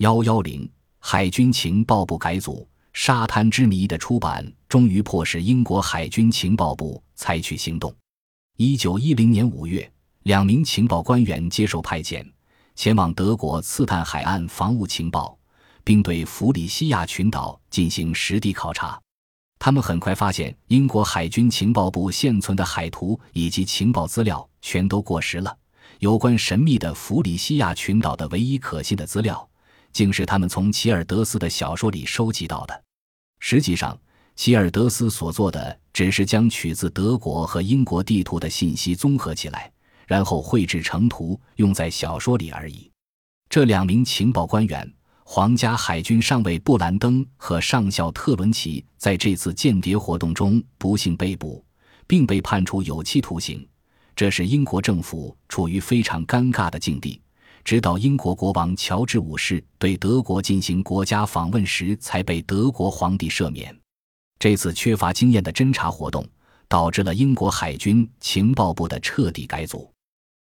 110海军情报部改组，沙滩之谜的出版终于迫使英国海军情报部采取行动。1910年5月，2名情报官员接受派遣，前往德国刺探海岸防务情报，并对弗里西亚群岛进行实地考察。他们很快发现，英国海军情报部现存的海图以及情报资料全都过时了。有关神秘的弗里西亚群岛的唯一可信的资料，竟是他们从齐尔德斯的小说里收集到的。实际上，齐尔德斯所做的只是将取自德国和英国地图的信息综合起来，然后绘制成图用在小说里而已。这2名情报官员，皇家海军上尉布兰登和上校特伦奇，在这次间谍活动中不幸被捕，并被判处有期徒刑。这使英国政府处于非常尴尬的境地，直到英国国王乔治5世对德国进行国家访问时才被德国皇帝赦免。这次缺乏经验的侦察活动导致了英国海军情报部的彻底改组。